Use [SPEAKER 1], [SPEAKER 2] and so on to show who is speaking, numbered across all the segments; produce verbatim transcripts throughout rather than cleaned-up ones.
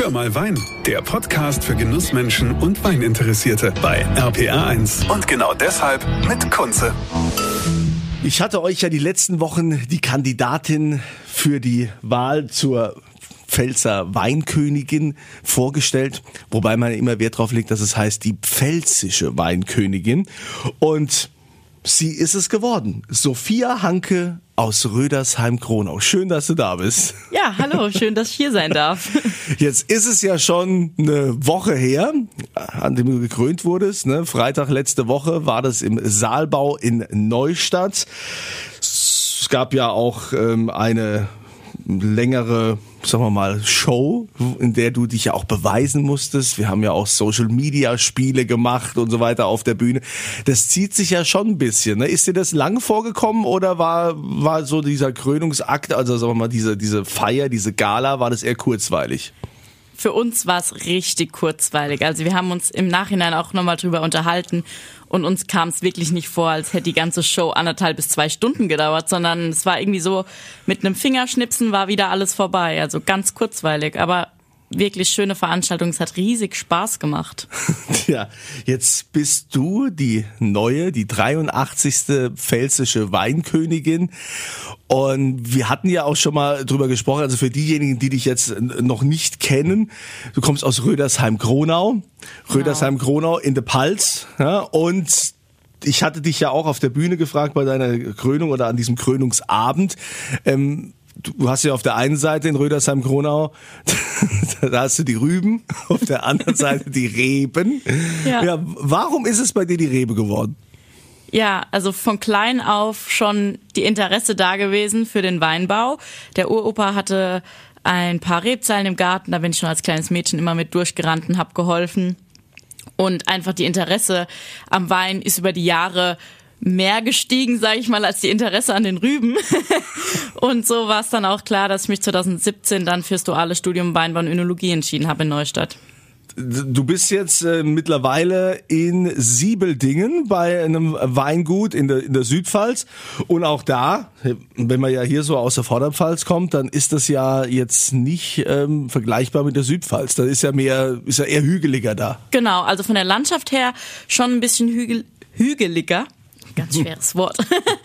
[SPEAKER 1] Hör mal Wein, der Podcast für Genussmenschen und Weininteressierte bei R P R eins. Und genau deshalb mit Kunze.
[SPEAKER 2] Ich hatte euch ja die letzten Wochen die Kandidatin für die Wahl zur Pfälzer Weinkönigin vorgestellt, wobei man immer Wert drauf legt, dass es heißt die pfälzische Weinkönigin. Und sie ist es geworden. Sophia Hanke aus Rödersheim-Kronau. Schön, dass du da bist.
[SPEAKER 3] Ja, hallo, schön, dass ich hier sein darf.
[SPEAKER 2] Jetzt ist es ja schon eine Woche her, an dem du gekrönt wurdest. Ne? Freitag letzte Woche war das im Saalbau in Neustadt. Es gab ja auch ähm, eine längere, sagen wir mal, Show, in der du dich ja auch beweisen musstest. Wir haben ja auch Social-Media-Spiele gemacht und so weiter auf der Bühne. Das zieht sich ja schon ein bisschen. Ne? Ist dir das lang vorgekommen oder war war so dieser Krönungsakt, also sagen wir mal, diese diese Feier, diese Gala, war das eher kurzweilig?
[SPEAKER 3] Für uns war es richtig kurzweilig. Also wir haben uns im Nachhinein auch nochmal drüber unterhalten und uns kam es wirklich nicht vor, als hätte die ganze Show anderthalb bis zwei Stunden gedauert, sondern es war irgendwie so, mit einem Fingerschnipsen war wieder alles vorbei. Also ganz kurzweilig, aber wirklich schöne Veranstaltung. Es hat riesig Spaß gemacht.
[SPEAKER 2] Ja, jetzt bist du die neue, die dreiundachtzigste pfälzische Weinkönigin. Und wir hatten ja auch schon mal drüber gesprochen, also für diejenigen, die dich jetzt noch nicht kennen, du kommst aus Rödersheim-Kronau, Rödersheim-Kronau in der Palz, ja, und ich hatte dich ja auch auf der Bühne gefragt bei deiner Krönung oder an diesem Krönungsabend. Ähm, Du hast ja auf der einen Seite in Rödersheim-Kronau, da hast du die Rüben, auf der anderen Seite die Reben. Ja. Ja, warum ist es bei dir die Rebe geworden?
[SPEAKER 3] Ja, also von klein auf schon die Interesse da gewesen für den Weinbau. Der Uropa hatte ein paar Rebzeilen im Garten, da bin ich schon als kleines Mädchen immer mit durchgerannt und hab geholfen. Und einfach die Interesse am Wein ist über die Jahre mehr gestiegen, sage ich mal, als die Interesse an den Rüben. Und so war es dann auch klar, dass ich mich zwanzig siebzehn dann fürs duale Studium Weinbau und Önologie entschieden habe in Neustadt.
[SPEAKER 2] Du bist jetzt äh, mittlerweile in Siebeldingen bei einem Weingut in der, in der Südpfalz. Und auch da, wenn man ja hier so aus der Vorderpfalz kommt, dann ist das ja jetzt nicht ähm, vergleichbar mit der Südpfalz. Da ist ja mehr, ist ja eher hügeliger da.
[SPEAKER 3] Genau, also von der Landschaft her schon ein bisschen hügel, hügeliger. Ganz schweres Wort.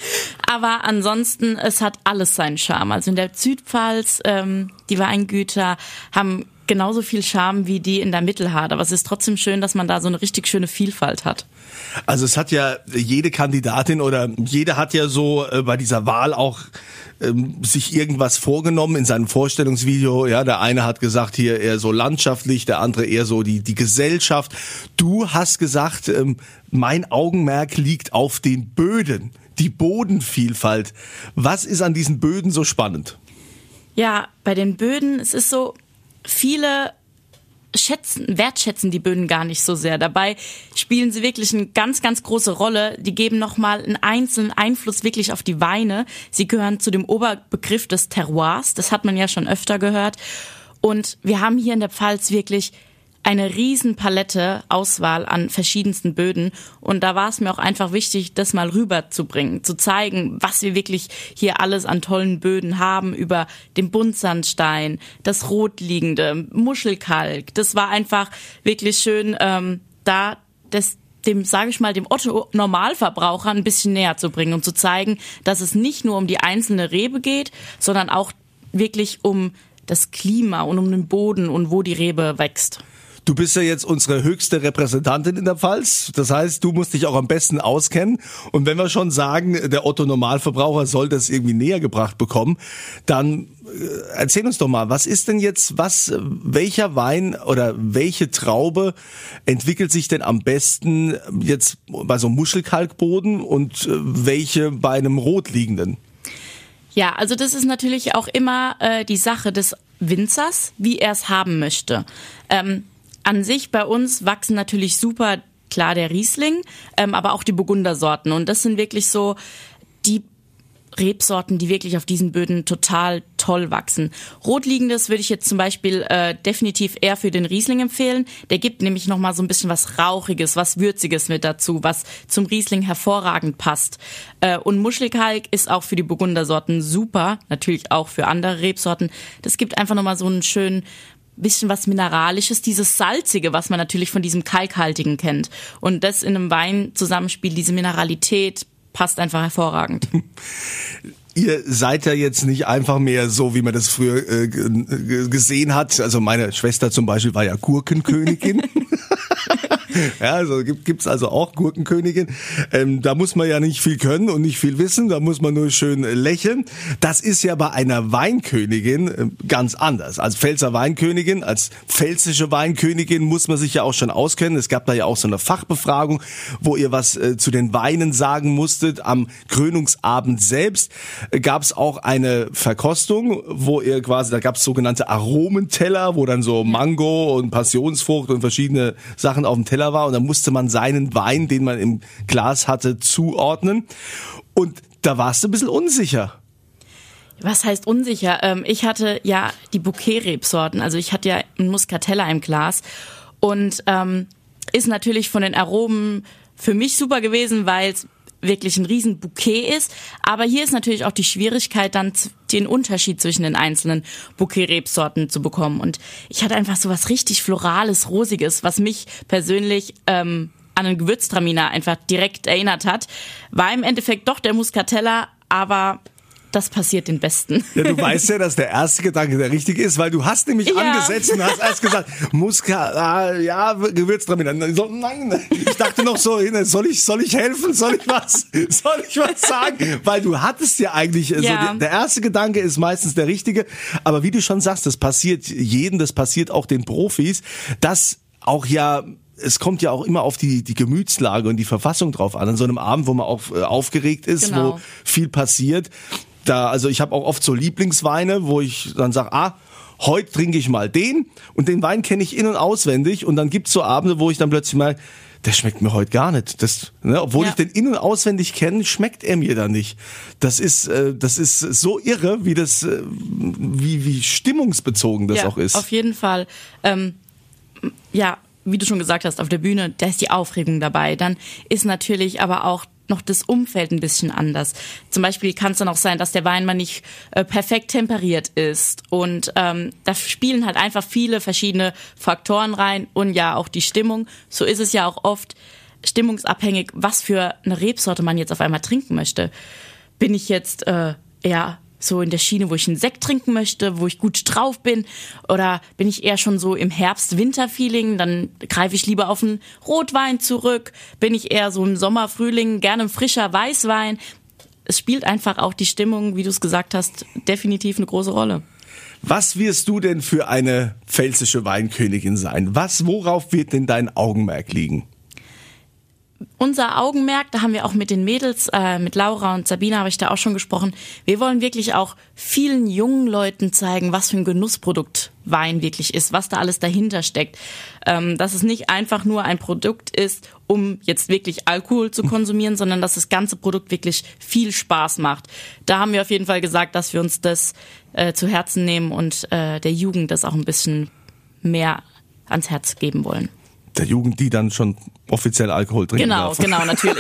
[SPEAKER 3] Aber ansonsten, es hat alles seinen Charme. Also in der Südpfalz, ähm, die Weingüter haben genauso viel Charme wie die in der Mittelhart. Aber es ist trotzdem schön, dass man da so eine richtig schöne Vielfalt hat.
[SPEAKER 2] Also es hat ja jede Kandidatin oder jeder hat ja so äh, bei dieser Wahl auch ähm, sich irgendwas vorgenommen in seinem Vorstellungsvideo. Ja, der eine hat gesagt, hier eher so landschaftlich, der andere eher so die die Gesellschaft. Du hast gesagt, ähm, mein Augenmerk liegt auf den Böden, die Bodenvielfalt. Was ist an diesen Böden so spannend?
[SPEAKER 3] Ja, bei den Böden, es ist so, viele schätzen, wertschätzen die Böden gar nicht so sehr. Dabei spielen sie wirklich eine ganz, ganz große Rolle. Die geben nochmal einen einzelnen Einfluss wirklich auf die Weine. Sie gehören zu dem Oberbegriff des Terroirs. Das hat man ja schon öfter gehört. Und wir haben hier in der Pfalz wirklich eine riesen Palette, Auswahl an verschiedensten Böden. Und da war es mir auch einfach wichtig, das mal rüberzubringen, zu zeigen, was wir wirklich hier alles an tollen Böden haben, über den Buntsandstein, das Rotliegende, Muschelkalk. Das war einfach wirklich schön, ähm, da das dem, sage ich mal, dem Otto-Normalverbraucher ein bisschen näher zu bringen und zu zeigen, dass es nicht nur um die einzelne Rebe geht, sondern auch wirklich um das Klima und um den Boden und wo die Rebe wächst.
[SPEAKER 2] Du bist ja jetzt unsere höchste Repräsentantin in der Pfalz. Das heißt, du musst dich auch am besten auskennen. Und wenn wir schon sagen, der Otto-Normalverbraucher soll das irgendwie näher gebracht bekommen, dann äh, erzähl uns doch mal, was ist denn jetzt, was, welcher Wein oder welche Traube entwickelt sich denn am besten jetzt bei so einem Muschelkalkboden und äh, welche bei einem rotliegenden?
[SPEAKER 3] Ja, also das ist natürlich auch immer äh, die Sache des Winzers, wie er es haben möchte. Ähm, An sich bei uns wachsen natürlich super, klar, der Riesling, ähm, aber auch die Burgundersorten. Und das sind wirklich so die Rebsorten, die wirklich auf diesen Böden total toll wachsen. Rotliegendes würde ich jetzt zum Beispiel äh, definitiv eher für den Riesling empfehlen. Der gibt nämlich nochmal so ein bisschen was Rauchiges, was Würziges mit dazu, was zum Riesling hervorragend passt. Äh, und Muschelkalk ist auch für die Burgundersorten super, natürlich auch für andere Rebsorten. Das gibt einfach nochmal so einen schönen bisschen was Mineralisches, dieses Salzige, was man natürlich von diesem Kalkhaltigen kennt. Und das in einem Wein zusammenspielt, diese Mineralität, passt einfach hervorragend.
[SPEAKER 2] Ihr seid ja jetzt nicht einfach mehr so, wie man das früher äh, gesehen hat. Also meine Schwester zum Beispiel war ja Gurkenkönigin. Ja, also gibt, gibt's also auch Gurkenkönigin. Ähm, da muss man ja nicht viel können und nicht viel wissen, da muss man nur schön lächeln. Das ist ja bei einer Weinkönigin äh, ganz anders. Als Pfälzer Weinkönigin, als pfälzische Weinkönigin muss man sich ja auch schon auskennen. Es gab da ja auch so eine Fachbefragung, wo ihr was äh, zu den Weinen sagen musstet. Am Krönungsabend selbst äh, gab es auch eine Verkostung, wo ihr quasi, da gab es sogenannte Aromenteller, wo dann so Mango und Passionsfrucht und verschiedene Sachen auf dem Teller war und dann musste man seinen Wein, den man im Glas hatte, zuordnen. Und da warst du ein bisschen unsicher.
[SPEAKER 3] Was heißt unsicher? Ähm, ich hatte ja die Bouquet-Rebsorten, also ich hatte ja einen Muscatella im Glas und ähm, ist natürlich von den Aromen für mich super gewesen, weil es wirklich ein riesen Bouquet ist. Aber hier ist natürlich auch die Schwierigkeit, dann den Unterschied zwischen den einzelnen Bouquet-Rebsorten zu bekommen. Und ich hatte einfach so was richtig Florales, Rosiges, was mich persönlich ähm, an einen Gewürztraminer einfach direkt erinnert hat. War im Endeffekt doch der Muscatella, aber das passiert den Besten.
[SPEAKER 2] Ja, du weißt ja, dass der erste Gedanke der richtige ist, weil du hast nämlich ja. angesetzt und hast erst gesagt, Musca, äh, ja, Gewürztraminer. Nein, ich dachte noch so, soll ich, soll ich helfen? Soll ich was, soll ich was sagen? Weil du hattest ja eigentlich, ja. so, der, der erste Gedanke ist meistens der richtige. Aber wie du schon sagst, das passiert jedem, das passiert auch den Profis, dass auch ja, es kommt ja auch immer auf die, die Gemütslage und die Verfassung drauf an. An so einem Abend, wo man auch äh, aufgeregt ist, genau. wo viel passiert. Da, also ich habe auch oft so Lieblingsweine, wo ich dann sage, ah, heute trinke ich mal den und den Wein kenne ich in- und auswendig und dann gibt's so Abende, wo ich dann plötzlich mal, der schmeckt mir heute gar nicht. Das, ne, obwohl ja. ich den in- und auswendig kenne, schmeckt er mir dann nicht. Das ist, äh, das ist so irre, wie das, äh, wie, wie stimmungsbezogen das
[SPEAKER 3] ja,
[SPEAKER 2] auch ist.
[SPEAKER 3] Auf jeden Fall. Ähm, ja, wie du schon gesagt hast, auf der Bühne, da ist die Aufregung dabei. Dann ist natürlich aber auch noch das Umfeld ein bisschen anders. Zum Beispiel kann es dann auch sein, dass der Wein mal nicht äh, perfekt temperiert ist. Und ähm, da spielen halt einfach viele verschiedene Faktoren rein und ja auch die Stimmung. So ist es ja auch oft stimmungsabhängig, was für eine Rebsorte man jetzt auf einmal trinken möchte. Bin ich jetzt äh, eher so in der Schiene, wo ich einen Sekt trinken möchte, wo ich gut drauf bin, oder bin ich eher schon so im Herbst-Winter-Feeling, dann greife ich lieber auf einen Rotwein zurück, bin ich eher so im Sommer, Frühling, gerne ein frischer Weißwein. Es spielt einfach auch die Stimmung, wie du es gesagt hast, definitiv eine große Rolle.
[SPEAKER 2] Was wirst du denn für eine pfälzische Weinkönigin sein? Was, worauf wird denn dein Augenmerk liegen?
[SPEAKER 3] Unser Augenmerk, da haben wir auch mit den Mädels, äh, mit Laura und Sabine habe ich da auch schon gesprochen, wir wollen wirklich auch vielen jungen Leuten zeigen, was für ein Genussprodukt Wein wirklich ist, was da alles dahinter steckt. Ähm, dass es nicht einfach nur ein Produkt ist, um jetzt wirklich Alkohol zu konsumieren, sondern dass das ganze Produkt wirklich viel Spaß macht. Da haben wir auf jeden Fall gesagt, dass wir uns das äh, zu Herzen nehmen und äh, der Jugend das auch ein bisschen mehr ans Herz geben wollen.
[SPEAKER 2] Der Jugend, die dann schon offiziell Alkohol trinken
[SPEAKER 3] Genau,
[SPEAKER 2] darf.
[SPEAKER 3] genau, natürlich.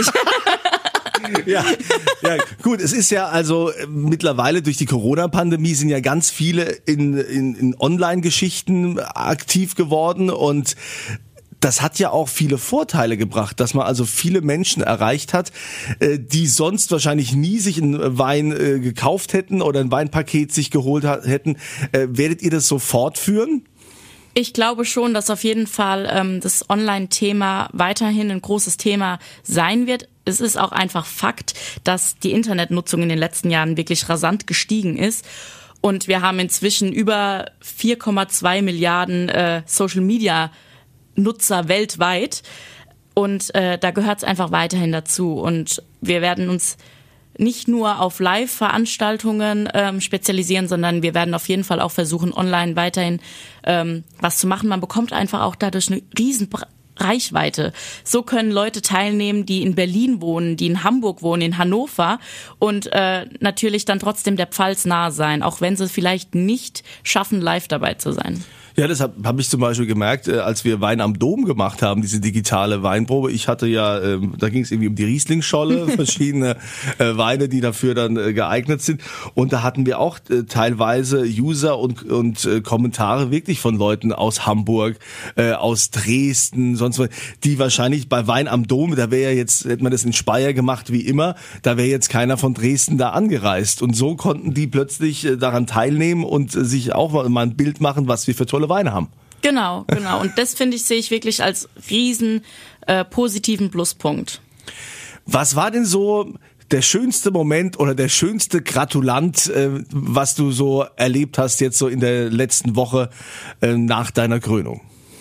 [SPEAKER 2] ja, ja, gut, es ist ja also äh, mittlerweile durch die Corona-Pandemie sind ja ganz viele in, in, in Online-Geschichten aktiv geworden und das hat ja auch viele Vorteile gebracht, dass man also viele Menschen erreicht hat, äh, die sonst wahrscheinlich nie sich einen Wein äh, gekauft hätten oder ein Weinpaket sich geholt ha- hätten. Äh, werdet ihr das so fortführen?
[SPEAKER 3] Ich glaube schon, dass auf jeden Fall ähm, das Online-Thema weiterhin ein großes Thema sein wird. Es ist auch einfach Fakt, dass die Internetnutzung in den letzten Jahren wirklich rasant gestiegen ist. Und wir haben inzwischen über vier Komma zwei Milliarden äh, Social-Media-Nutzer weltweit. Und äh, da gehört es einfach weiterhin dazu. Und wir werden uns nicht nur auf Live-Veranstaltungen ähm, spezialisieren, sondern wir werden auf jeden Fall auch versuchen, online weiterhin ähm, was zu machen. Man bekommt einfach auch dadurch eine riesen Reichweite. So können Leute teilnehmen, die in Berlin wohnen, die in Hamburg wohnen, in Hannover und äh, natürlich dann trotzdem der Pfalz nahe sein, auch wenn sie es vielleicht nicht schaffen, live dabei zu sein.
[SPEAKER 2] Ja, das habe hab ich zum Beispiel gemerkt, äh, als wir Wein am Dom gemacht haben, diese digitale Weinprobe. Ich hatte ja, ähm, da ging es irgendwie um die Rieslingscholle, verschiedene äh, Weine, die dafür dann äh, geeignet sind. Und da hatten wir auch äh, teilweise User und, und äh, Kommentare wirklich von Leuten aus Hamburg, äh, aus Dresden, sonst was, die wahrscheinlich bei Wein am Dom, da wäre ja jetzt, hätte man das in Speyer gemacht wie immer, da wäre jetzt keiner von Dresden da angereist. Und so konnten die plötzlich äh, daran teilnehmen und äh, sich auch mal, mal ein Bild machen, was wir für tolle Weine haben.
[SPEAKER 3] Genau, genau. Und das finde ich, sehe ich wirklich als riesen äh, positiven Pluspunkt.
[SPEAKER 2] Was war denn so der schönste Moment oder der schönste Gratulant, äh, was du so erlebt hast jetzt so in der letzten Woche äh, nach deiner Krönung?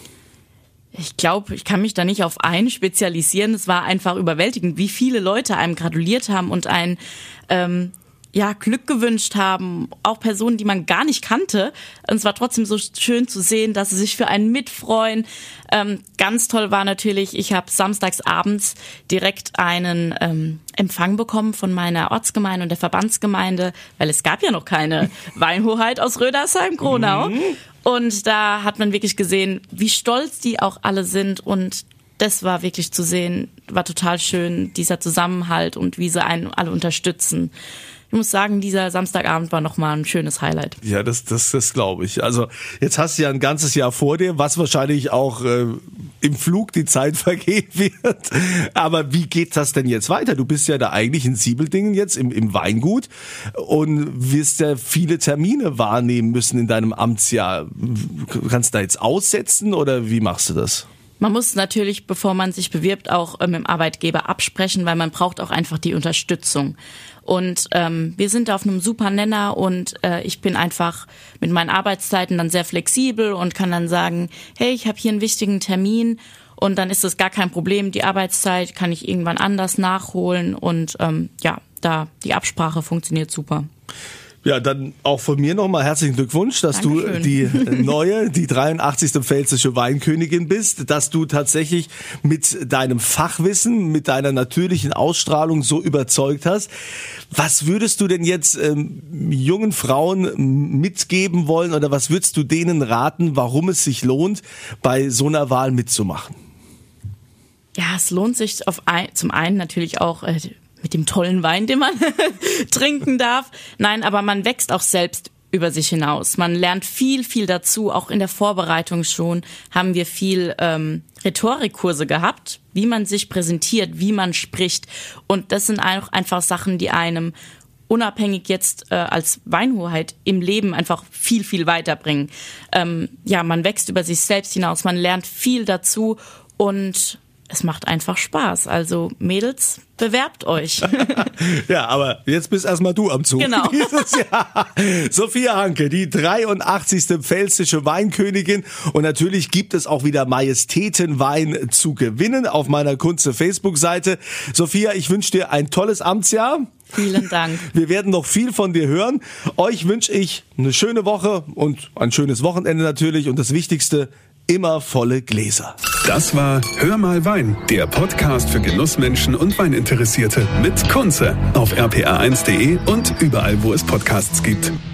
[SPEAKER 3] Ich glaube, ich kann mich da nicht auf einen spezialisieren. Es war einfach überwältigend, wie viele Leute einem gratuliert haben und ein ähm, ja, Glück gewünscht haben, auch Personen, die man gar nicht kannte. Und es war trotzdem so schön zu sehen, dass sie sich für einen mitfreuen. Ähm, ganz toll war natürlich, ich habe samstags abends direkt einen ähm, Empfang bekommen von meiner Ortsgemeinde und der Verbandsgemeinde, weil es gab ja noch keine Weinhoheit aus Rödersheim-Gronau. Mhm. Und da hat man wirklich gesehen, wie stolz die auch alle sind, und das war wirklich zu sehen, war total schön, dieser Zusammenhalt und wie sie einen alle unterstützen. Ich muss sagen, dieser Samstagabend war nochmal ein schönes Highlight.
[SPEAKER 2] Ja, das, das, das glaube ich. Also jetzt hast du ja ein ganzes Jahr vor dir, was wahrscheinlich auch äh, im Flug die Zeit vergehen wird. Aber wie geht das denn jetzt weiter? Du bist ja da eigentlich in Siebeldingen jetzt im, im Weingut und wirst ja viele Termine wahrnehmen müssen in deinem Amtsjahr. Kannst du da jetzt aussetzen oder wie machst du das?
[SPEAKER 3] Man muss natürlich, bevor man sich bewirbt, auch äh, mit dem Arbeitgeber absprechen, weil man braucht auch einfach die Unterstützung. Und ähm, wir sind auf einem super Nenner, und äh, ich bin einfach mit meinen Arbeitszeiten dann sehr flexibel und kann dann sagen, hey, ich habe hier einen wichtigen Termin, und dann ist das gar kein Problem. Die Arbeitszeit kann ich irgendwann anders nachholen, und ähm, ja, da die Absprache funktioniert super.
[SPEAKER 2] Ja, dann auch von mir nochmal herzlichen Glückwunsch, dass Dankeschön. Du die neue, die dreiundachtzigste pfälzische Weinkönigin bist, dass du tatsächlich mit deinem Fachwissen, mit deiner natürlichen Ausstrahlung so überzeugt hast. Was würdest du denn jetzt ähm, jungen Frauen mitgeben wollen, oder was würdest du denen raten, warum es sich lohnt, bei so einer Wahl mitzumachen?
[SPEAKER 3] Ja, es lohnt sich auf ein, zum einen natürlich auch äh, mit dem tollen Wein, den man trinken darf. Nein, aber man wächst auch selbst über sich hinaus. Man lernt viel, viel dazu. Auch in der Vorbereitung schon haben wir viel ähm, Rhetorikkurse gehabt, wie man sich präsentiert, wie man spricht. Und das sind auch einfach Sachen, die einem unabhängig jetzt äh, als Weinhoheit im Leben einfach viel, viel weiterbringen. Ähm, ja, man wächst über sich selbst hinaus, man lernt viel dazu, und es macht einfach Spaß. Also Mädels, bewerbt euch.
[SPEAKER 2] Ja, aber jetzt bist erstmal du am Zug.
[SPEAKER 3] Genau.
[SPEAKER 2] Dieses Jahr. Sophia Hanke, die dreiundachtzigste pfälzische Weinkönigin. Und natürlich gibt es auch wieder Majestätenwein zu gewinnen auf meiner Kunze Facebook-Seite. Sophia, ich wünsche dir ein tolles Amtsjahr.
[SPEAKER 3] Vielen Dank.
[SPEAKER 2] Wir werden noch viel von dir hören. Euch wünsche ich eine schöne Woche und ein schönes Wochenende natürlich. Und das Wichtigste, immer volle Gläser.
[SPEAKER 1] Das war Hör mal Wein, der Podcast für Genussmenschen und Weininteressierte mit Kunze auf r p r eins punkt d e und überall, wo es Podcasts gibt.